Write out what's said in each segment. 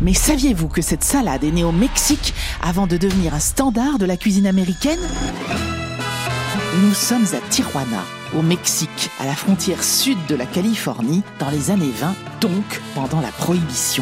Mais saviez-vous que cette salade est née au Mexique avant de devenir un standard de la cuisine américaine ? Nous sommes à Tijuana, au Mexique, à la frontière sud de la Californie, dans les années 20, donc pendant la Prohibition.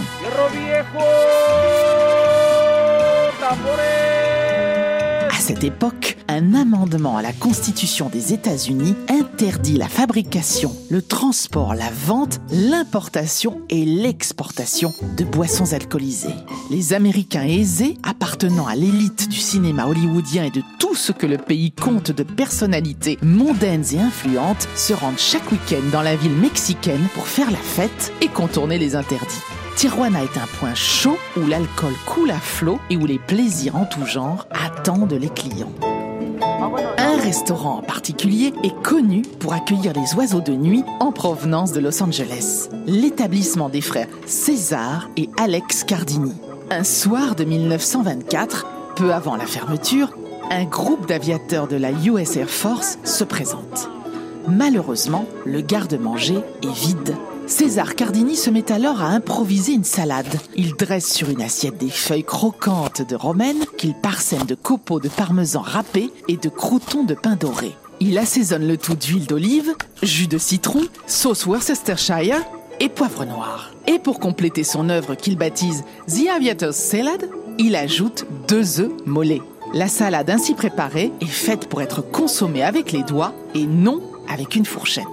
À cette époque, un amendement à la Constitution des États-Unis interdit la fabrication, le transport, la vente, l'importation et l'exportation de boissons alcoolisées. Les Américains aisés, appartenant à l'élite du cinéma hollywoodien et de tout ce que le pays compte de personnalités mondaines et influentes, se rendent chaque week-end dans la ville mexicaine pour faire la fête et contourner les interdits. Tijuana est un point chaud où l'alcool coule à flot et où les plaisirs en tout genre attendent les clients. Un restaurant en particulier est connu pour accueillir les oiseaux de nuit en provenance de Los Angeles. L'établissement des frères César et Alex Cardini. Un soir de 1924, peu avant la fermeture, un groupe d'aviateurs de la US Air Force se présente. Malheureusement, le garde-manger est vide. César Cardini se met alors à improviser une salade. Il dresse sur une assiette des feuilles croquantes de romaine qu'il parsème de copeaux de parmesan râpé et de croûtons de pain doré. Il assaisonne le tout d'huile d'olive, jus de citron, sauce Worcestershire et poivre noir. Et pour compléter son œuvre qu'il baptise The Aviator's Salad, il ajoute 2 œufs mollets. La salade ainsi préparée est faite pour être consommée avec les doigts et non avec une fourchette.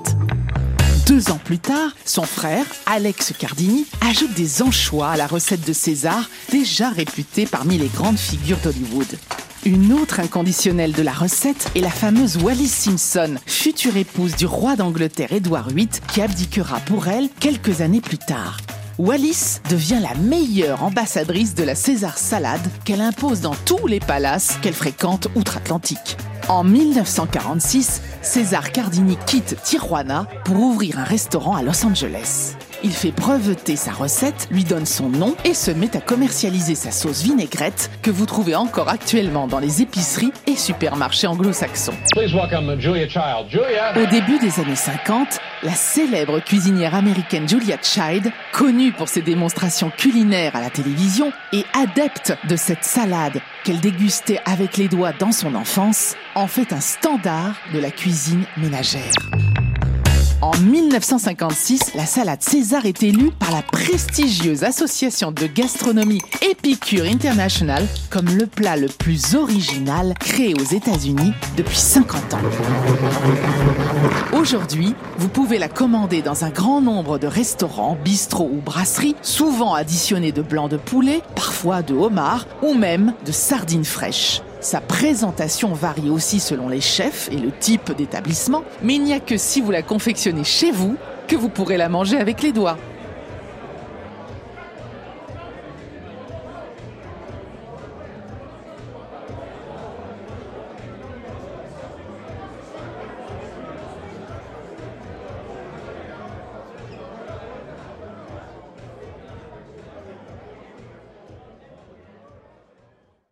2 ans plus tard, son frère, Alex Cardini, ajoute des anchois à la recette de César, déjà réputée parmi les grandes figures d'Hollywood. Une autre inconditionnelle de la recette est la fameuse Wallis Simpson, future épouse du roi d'Angleterre Édouard VIII, qui abdiquera pour elle quelques années plus tard. Wallis devient la meilleure ambassadrice de la César salade qu'elle impose dans tous les palaces qu'elle fréquente outre-Atlantique. En 1946, César Cardini quitte Tijuana pour ouvrir un restaurant à Los Angeles. Il fait breveter sa recette, lui donne son nom et se met à commercialiser sa sauce vinaigrette que vous trouvez encore actuellement dans les épiceries et supermarchés anglo-saxons. Au début des années 50, la célèbre cuisinière américaine Julia Child, connue pour ses démonstrations culinaires à la télévision et adepte de cette salade qu'elle dégustait avec les doigts dans son enfance, en fait un standard de la cuisine ménagère. En 1956, la salade César est élue par la prestigieuse association de gastronomie Epicure International comme le plat le plus original créé aux États-Unis depuis 50 ans. Aujourd'hui, vous pouvez la commander dans un grand nombre de restaurants, bistrots ou brasseries, souvent additionnés de blanc de poulet, parfois de homard ou même de sardines fraîches. Sa présentation varie aussi selon les chefs et le type d'établissement, mais il n'y a que si vous la confectionnez chez vous que vous pourrez la manger avec les doigts.